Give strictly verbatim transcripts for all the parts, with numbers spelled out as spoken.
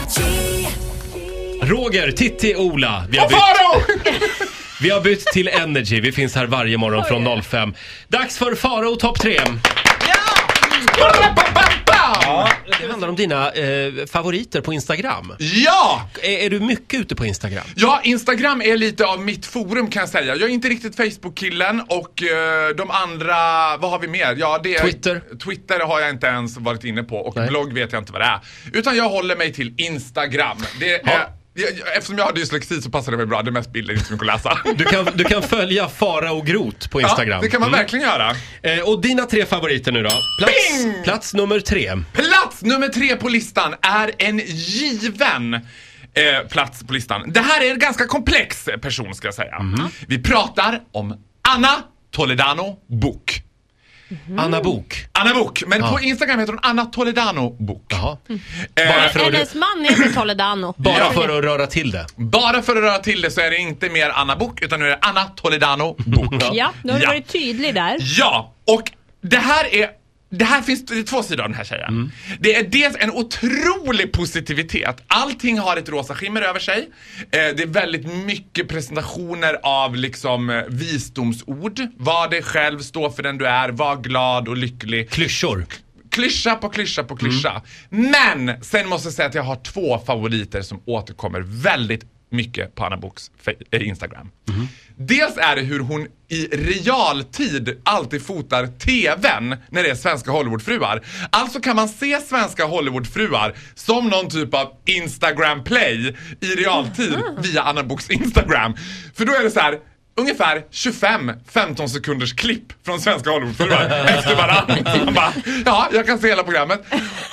Roger, Titti, Ola. Vi har Och bytt... Faro! Vi har bytt till Energy. Vi finns här varje morgon från noll fem. Dags för Faro topp tre. Ja, det handlar om dina eh, favoriter på Instagram. Ja! Är, är du mycket ute på Instagram? Ja, Instagram är lite av mitt forum kan jag säga. Jag är inte riktigt Facebook-killen och eh, de andra, vad har vi mer? Ja, det är, Twitter. Twitter har jag inte ens varit inne på och Nej. blogg vet jag inte vad det är. Utan jag håller mig till Instagram. Det är... Ja. Eftersom jag har dyslexi så passar det mig bra. Det är mest bilder, inte så mycket att läsa. Du kan, du kan följa Fara och Grot på Instagram. Ja, det kan man Mm. verkligen göra. Eh, och dina tre favoriter nu då? Plats, Bing! plats nummer tre. Plats nummer tre på listan är en given eh, plats på listan. Det här är en ganska komplex person ska jag säga. Mm. Vi pratar om Anna Toledano Book. Mm. Anna Bok. Anna Book, men Ja. på Instagram heter hon Anna Toledano Book. Jaha. Eh, Bara för att, Hennes man heter Toledano. bara Ja. för att röra till det. bara för att röra till det så är det inte mer Anna Book utan nu är det Anna Toledano Book. Ja, nu har du Ja. varit tydlig där. Ja, och det här är det här finns det är två sidor av den här tjejen. Mm. Det är dels en otrolig positivitet. Allting har ett rosa skimmer över sig. Eh, det är väldigt mycket presentationer av liksom eh, visdomsord. Var dig själv, stå för den du är, var glad och lycklig. Klyschor. Klyscha på klyscha på klyscha. Men sen måste jag säga att jag har två favoriter som återkommer väldigt mycket på Anna Boks fe- Instagram. Mm. Dels är det hur hon i realtid alltid fotar tvn när det är svenska Hollywoodfruar. Alltså kan man se svenska Hollywoodfruar som någon typ av Instagram play i realtid via Anna Boks Instagram. För då är det så här ungefär tjugofem femton sekunders klipp från svenska Hollywoodfruar efter varandra. Man bara, ja, jag kan se hela programmet.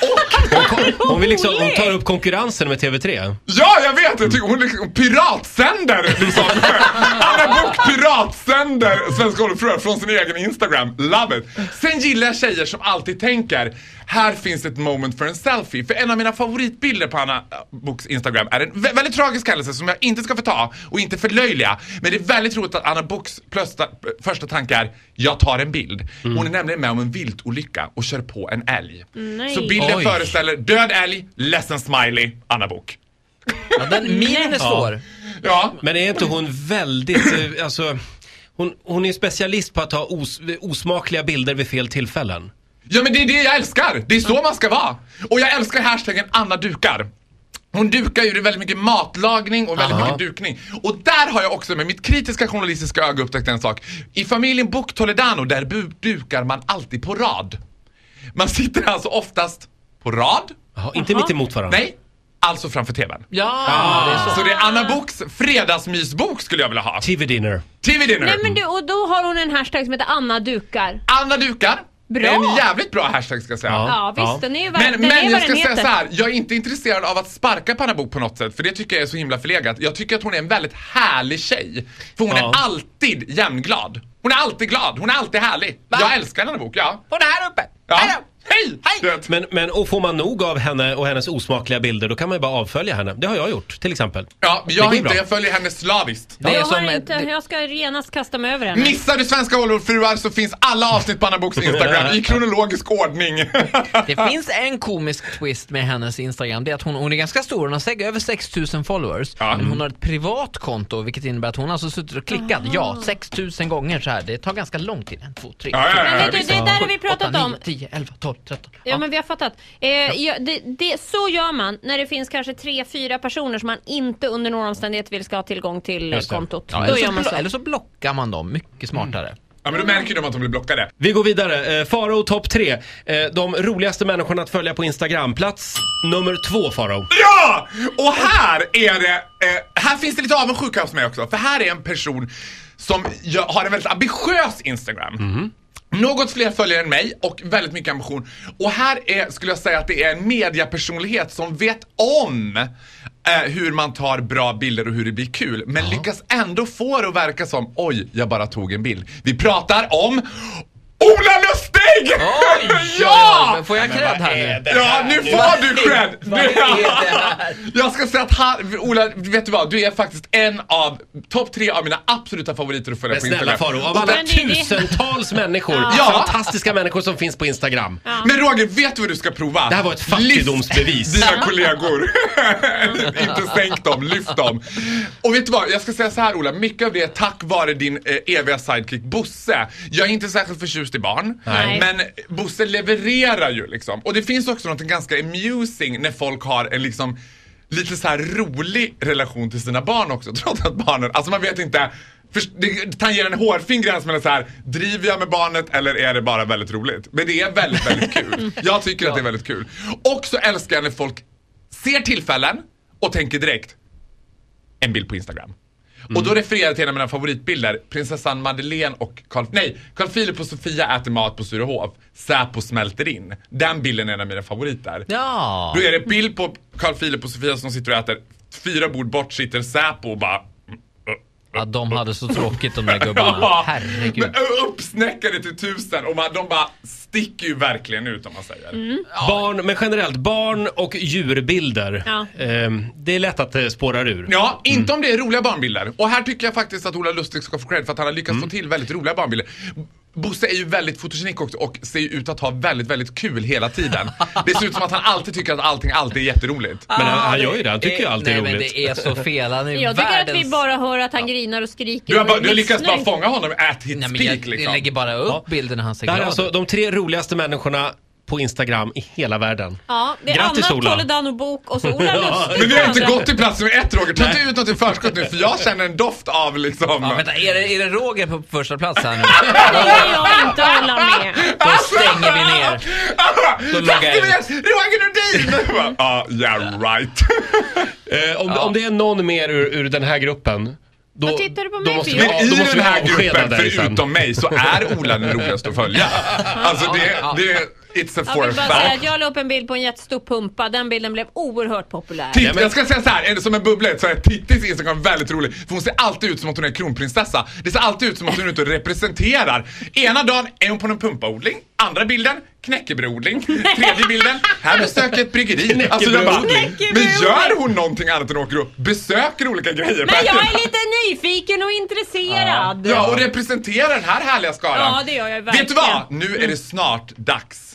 Och Hon, vill liksom, hon tar upp konkurrensen med T V tre. ja, jag vet, jag tycker hon liksom piratsänder liksom. Anna Book piratsänder svenska Hollywoodfruar från sin egen Instagram. Love it. Sen gillar jag tjejer som alltid tänker, här finns ett moment för en selfie. För en av mina favoritbilder på Anna Boks Instagram är en vä- väldigt tragisk händelse som jag inte ska få ta och inte förlöjliga. Men det är väldigt roligt att Anna Boks plösta, första tanke är, jag tar en bild. Hon är nämligen med om en viltolycka och kör på en älg. Nej. Så bilden Oj. föreställer död älg, ledsen smiley, Anna Bok. Ja, den minen är svår. Ja. Men är inte hon väldigt, eh, alltså, hon, hon är specialist på att ta os, osmakliga bilder vid fel tillfällen. Ja, men det är det jag älskar. Det är så man ska vara. Och jag älskar hashtaggen Anna dukar. Hon dukar ju, det är väldigt mycket matlagning och väldigt Aha. mycket dukning. Och där har jag också med mitt kritiska journalistiska öga upptäckt en sak. I familjen Book Toledano, där bu- dukar man alltid på rad. Man sitter alltså oftast på rad. Jaha, inte mitt emot varandra. Nej, alltså framför tvn. Ja, det är så. Så det är Anna Boks fredagsmysbok skulle jag vilja ha. T V-dinner. T V-dinner. Nej men du, och då har hon en hashtag som heter Anna dukar. Anna dukar. Bra. En jävligt bra hashtag ska jag säga. Ja. Ja, visst, den är ju värd, Men, den men är jag vad ska den säga heter. så här, jag är inte intresserad av att sparka på Anna Bok på något sätt, för det tycker jag är så himla förlegat. Jag tycker att hon är en väldigt härlig tjej. För hon Ja. är alltid jämnglad. Hon är alltid glad, hon är alltid härlig. Va? Jag älskar Anna Bok, ja. Hon är här uppe. ja. Hej då. Hej! Hej! Du vet. Men, men och får man nog av henne och hennes osmakliga bilder, då kan man ju bara avfölja henne. Det har jag gjort, till exempel. Ja, Det jag går inte, bra. jag följer henne slaviskt. Det är jag, som har ett- inte, jag ska genast kasta mig över henne. Missar du svenska Hollywoodfruar så finns alla avsnitt på Anna Boks Instagram i kronologisk ordning. Det finns en komisk twist med hennes Instagram. Det är att hon, hon är ganska stor. Hon har säkert över sex tusen followers. Ja. Men hon har ett privat konto, vilket innebär att hon alltså suttit och klickat. Ja, sex tusen gånger så här. Det tar ganska lång tid. En, två, tre, Ja, ja, ja, Men vet du, visst. det där har vi pratat åtta, om. nio, tio, elva, tolv, tretton. Ja, men vi har fattat. Eh, ja, det, det, så gör man när det finns kanske tre, fyra personer som man inte under någon omständighet vill ska ha tillgång till Just det. kontot. Ja, Då eller, gör så man blo- så. eller så blockar man dem. Mycket smartare. Ja, men då märker de att de blir blockade. Vi går vidare. Eh, Faro topp tre. Eh, de roligaste människorna att följa på Instagram. Plats nummer två, Faro. Ja! Och här är det, eh, här finns det lite avundsjuka hos mig också. För här är en person som gör, har en väldigt ambitiös Instagram. Något fler följare än mig och väldigt mycket ambition. Och här är, skulle jag säga att det är en mediapersonlighet som vet om eh, hur man tar bra bilder och hur det blir kul. Men lyckas ändå få det att verka som, oj, jag bara tog en bild. Vi pratar om Ola Lustig! Oj, ja! oj, oj. Får jag cred här nu? Ja, nu får du cred! Vad är det här? Jag ska säga att han, Ola, vet du vad? Du är faktiskt en av, topp tre av mina absoluta favoriter att följa Men på snälla Instagram. Faro, av alla Men det är det- tusentals människor, Ja. fantastiska människor som finns på Instagram. Men Roger, vet du vad du ska prova? Det här var ett fattigdomsbevis. Lyft dina kollegor. Inte sänk dem, lyft dem. Och vet du vad, jag ska säga så här Ola, mycket av det är tack vare din eh, eviga sidekick Bosse. Jag är inte särskilt förtjust i barn, Nej. men Bosse levererar ju liksom. Och det finns också något ganska amusing när folk har en liksom lite så här rolig relation till sina barn också, trots att barnen, alltså man vet inte, för det tangerar en hårfin gräns mellan så här, driver jag med barnet eller är det bara väldigt roligt? Men det är väldigt, väldigt kul. Jag tycker att det är väldigt kul. Och så älskar jag när folk ser tillfällen och tänker direkt en bild på Instagram. Mm. Och då refererar jag till en av mina favoritbilder, prinsessan Madeleine och Carl, nej, Carl Philip och Sofia äter mat på Sturehof. Säpo smälter in. Den bilden är en av mina favoriter. Ja. Då är det bild på Carl Philip och Sofia som sitter och äter. Fyra bord bort sitter Säpo och bara... Ja, de hade så tråkigt de där gubbarna. Herregud. Men uppsnäckade till tusen och man, de bara sticker ju verkligen ut om man säger. Mm. Barn, men generellt, barn och djurbilder. Ja. Ehm, det är lätt att det spårar ur. Ja, inte om det är roliga barnbilder. Och här tycker jag faktiskt att Ola Lustig ska få cred för att han har lyckats få till väldigt roliga barnbilder. Bosse är ju väldigt fotogenik också och ser ju ut att ha väldigt, väldigt kul hela tiden. Det ser ut som att han alltid tycker att allting alltid är jätteroligt. Men han, han gör ju det, han tycker ju alltid Nej, är men roligt. det är så fel. Han är Jag tycker världens... att vi bara hör att han grinar och skriker. Du har, bara, och är du har lyckats bara missnöjd. fånga honom at his Nej, men peak jag, liksom. jag lägger bara upp Ja. bilden när han ser Det här är glad alltså ut. de tre roligaste människorna på Instagram i hela världen. Ja, det är Grattis, Anna Ola. Toledano Bok och så Ola Lustig. Men du har inte gått till plats nummer ett, Roger. Ta inte ut något i förskott nu, för jag känner en doft av liksom... Ja, vänta, är det, är det Roger på första plats här nu? Det vill jag inte hålla med. Då stänger vi ner. Då loggar jag ut. Roger Nordin! Ja, yeah right. Eh, om, om det är någon mer ur, ur den här gruppen, då, Vad tittar du på då mig måste för? vi, Men i då måste den vi här avskeda gruppen, dig sen. förutom mig, så är Ola den roligaste att följa. Alltså det, det it's a Jag for vill a bara säga fact. att jag la upp en bild på en jättestor pumpa. Den bilden blev oerhört populär. Titt, Ja, men- jag ska säga så här, är det som en bubblet så är Tittis Instagram väldigt rolig. För hon ser alltid ut som att hon är kronprinsessa. Det ser alltid ut som att hon är ute och representerar. Ena dagen är hon på en pumpaodling. Andra bilden, knäckebrödodling. Tredje bilden, här besöker ett bryggeri. Alltså jag bara, Knäckebrödodling. men gör hon någonting annat än åker upp? Besöker olika grejer. Men jag är lite nyfiken och intresserad. Ja, och representerar den här härliga skaran. Ja, det gör jag verkligen. Vet du vad? Nu är det snart dags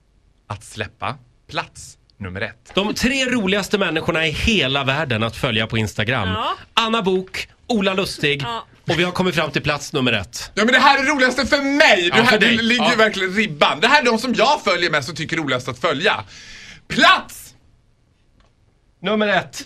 att släppa plats nummer ett. De tre roligaste människorna i hela världen att följa på Instagram. Ja. Anna Bok, Ola Lustig Ja. och vi har kommit fram till plats nummer ett. Ja, men det här är det roligaste för mig. Ja, Det här för dig. det ligger ju Ja. verkligen ribban. Det här är de som jag följer mest och tycker är roligast att följa. Plats! Nummer ett.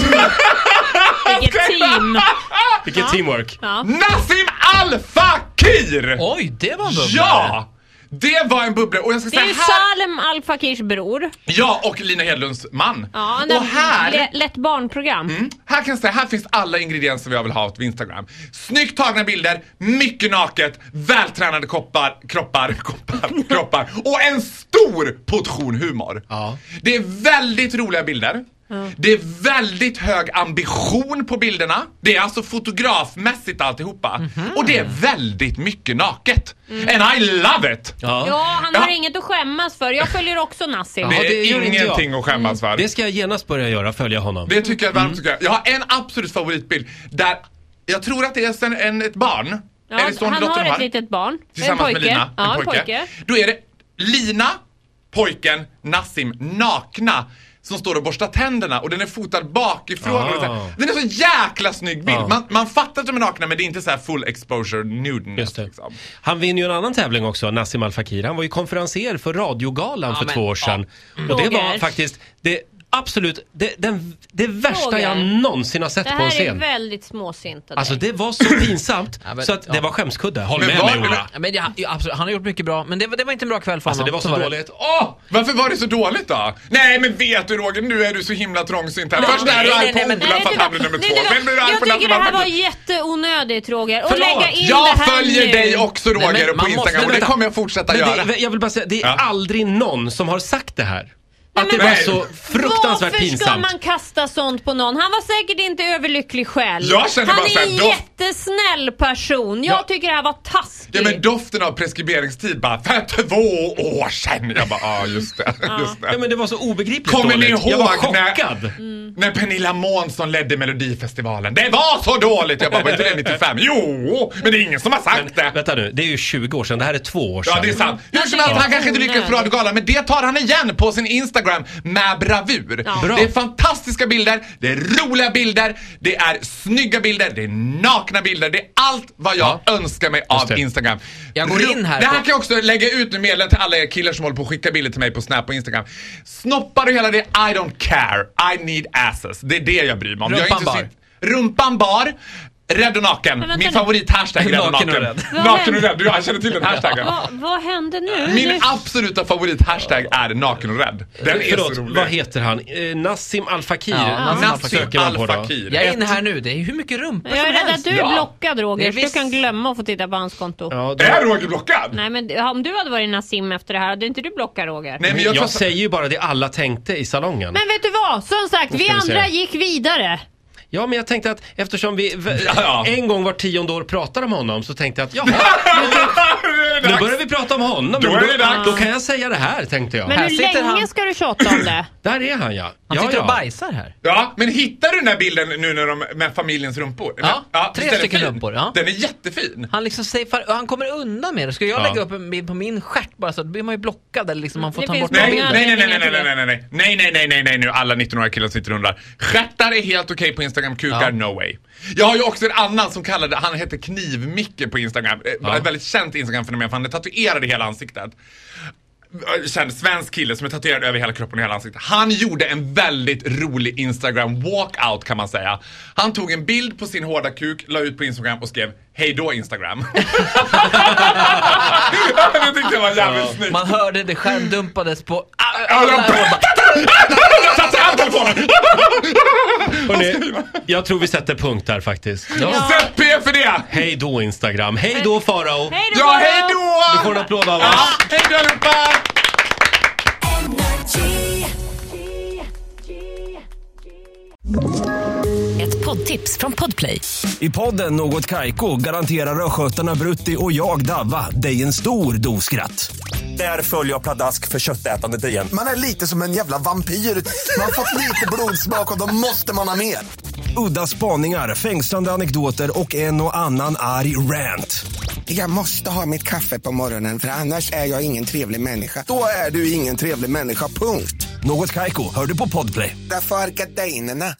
Vilket team. Vilket Ja. teamwork. Ja. Nassim Al Fakir! Oj, det var en bubblare. Ja! Det var en bubbla. Och jag ska Det är säga ju här... Salem Al Fakirs bror. Ja, och Lina Hedlunds man. Ja, och här... le- lätt barnprogram. Mm. Här kan jag säga, här finns alla ingredienser jag vill ha på Instagram. Snyggt tagna bilder, mycket naket, vältränade koppar, kroppar, koppar, kroppar och en stor portion humor. Ja. Det är väldigt roliga bilder. Det är väldigt hög ambition på bilderna. Det är alltså fotografmässigt alltihopa. Mhm. Och det är väldigt mycket naket. Mm. And I love it! Ja. Ja, han har Ja. inget att skämmas för. Jag följer också Nassim. Det Ja, är det gör inte jag. ingenting att skämmas för. Det ska jag genast börja göra, följa honom. Det tycker jag varmt tycker jag. Jag har en absolut favoritbild där jag tror att det är sen en, ett barn. Ja, är det son han eller dotter har de ett litet barn. En Tillsammans pojke. med Lina. Ja, en pojke. Då är det Lina, pojken, Nassim, nakna som står och borstar tänderna och den är fotad bakifrån. Ah. Och det är så här, den är så jäkla snygg bild. Ah. Man, man fattar att de är nakna men det är inte så här full exposure nudeness. Just det. Liksom. Han vinner ju en annan tävling också, Nassim Al Fakir. Han var ju konferenser för radiogalan Ja, för men, två år sedan. ja. Och det var Roger. faktiskt det absolut det, den, det värsta Roger. jag någonsin har sett Det på en här är scen. väldigt småsint av dig. Alltså det var så pinsamt Ja, men- så att det ja. var skämskudde. Håll Men med var- mig, men- Ola. Ja, men ja, ja, absolut. Han har gjort mycket bra, men det, var- det var inte en bra kväll för Alltså honom. det var så var dåligt. Åh! Varför var det så dåligt då? Nej men vet du Roger, nu är du så himla trångsynt här. Ja, Först är nej, du nej, arg på nej, men- Ola Nej, för vet att han du blir vad? nummer Nej, två. vet du Men vad? blir du arg Jag på tycker det Nassim här Al var Fakir? jätteonödigt, Roger. Och Förlåt. lägga in det Jag här följer nu. dig också Roger Nej, men på man måste- Instagram och det vänta. kommer jag fortsätta Men göra. det, jag vill bara säga, det är Ja. aldrig någon som har sagt det här. Att det men- var Nej. så fruktansvärt Varför ska pinsamt. man kasta sånt på någon? Han var säkert inte överlycklig själv. Jag känner Han bara är så här, en doft- jättesnäll person. Jag Ja. tycker det här var taskigt. Ja, men doften av preskriberingstid bara för två år sedan. Jag bara, ja ah, just det, just det. Ja, men det var så obegripligt Kommer ni dåligt. ihåg Jag var chockad. när, när Pernilla Månsson ledde Melodifestivalen? Det var så dåligt! Jag bara, var inte det nittiofem? Jo, men det är ingen som har sagt Men, det. vänta nu, det är ju tjugo år sedan. Det här är två år sedan. Ja, det är sant. Hur som Ja, helst, det är han kanske inte lyckas på onödigt. radiogalan, men det tar han igen på sin Instagram med bravur. Ja. Bra. Det är fantastiska bilder, det är roliga bilder, det är snygga bilder, det är nakna bilder, det är allt vad jag önskar mig av det. Instagram. Jag går in här Det här på- kan jag också lägga ut nu meddelande till alla er killar som håller på att skicka bilder till mig på Snap och Instagram. Snoppar och hela det, I don't care. I need asses. Det är det jag bryr mig om. Jag är Rumpan inte så- bar. Rumpan bar. Rädd och naken. Men vänta Min nu. favorit-hashtag är rädd och Naken och naken. rädd. Vad Naken och hände? rädd. Du, jag känner till den hashtaggen. Va, vad hände nu? Min Du- absoluta favorit-hashtag är naken och rädd. Den är Förlåt, så rolig. vad heter han? Eh, Nassim Al Fakir. Ja, Nassim söker man på då. Al-Fakir. Jag är inne här nu, det är ju hur mycket rumpor Jag är som rädd att helst. du är Ja. blockad, Roger. Det är Så du visst. kan glömma att få titta på hans konto. Ja, då, Är Roger blockad? Nej, men om du hade varit Nassim efter det här, hade inte du blockat Roger? Nej, men jag jag, jag tror- säger ju bara det alla tänkte i salongen. Men vet du vad? Som sagt, vi ska vi se. andra gick vidare. Ja, men jag tänkte att eftersom vi v- Ja, ja. en gång var tionde år pratar om honom, så tänkte jag att jaha, nu börjar vi prata om honom. Då men är det dags. då kan jag säga det här, tänkte jag. Men Här hur sitter länge han. ska du tjata om det? Där är han, ja. Han ja, sitter ja. och bajsar här. Ja, men hittar du den här bilden nu när de, med familjens rumpor? Ja, tre visst är den stycken fin? rumpor, ja. Den är jättefin. Han liksom safear, och han kommer undan med det. Ska jag Ja. lägga upp en bild på min stjärt bara så då blir man ju blockad eller liksom man får Det ta finns bort många den Nej, bilden. nej, nej, nej, anledningar nej, nej, nej, nej, nej, nej, nej, nej, nej, nu alla nittonåriga killar sitter och undrar. Stjärtar är helt okej på Instagram, kukar, Ja. no way. Jag har ju också en annan som kallade, han heter Knivmicke på Instagram. Ja. Ett väldigt känt Instagram-fenomen, för han är tatuerad i hela ansiktet. Känd svensk kille som är tatuerad över hela kroppen och hela ansiktet. Han gjorde en väldigt rolig Instagram walkout, kan man säga. Han tog en bild på sin hårda kuk, la ut på Instagram och skrev hej då Instagram. Det tyckte jag var jävligt snyggt. Man hörde det skärmdumpades på... Ja, jag satte an telefonen! Hörrni, jag tror vi sätter punkt där faktiskt. Sätt P för det! Hej då Instagram. Hej då Farao. Hej då! Ja, hej då! Du får en applåd av Ja, oss. hej då allihopa! Ett poddtips från Podplay. I podden Något Kaiko garanterar östgötarna Brutti och jag Davva dig en stor dos skratt. Där följer jag pladask för köttätandet igen. Man är lite som en jävla vampyr. Man har fått lite blodsmak och då måste man ha mer. Udda spaningar, fängslande anekdoter och en och annan arg rant. Jag måste ha mitt kaffe på morgonen för annars är jag ingen trevlig människa. Då är du ingen trevlig människa, punkt. Något Kaiko, hör du på Podplay. Därför är gardinerna.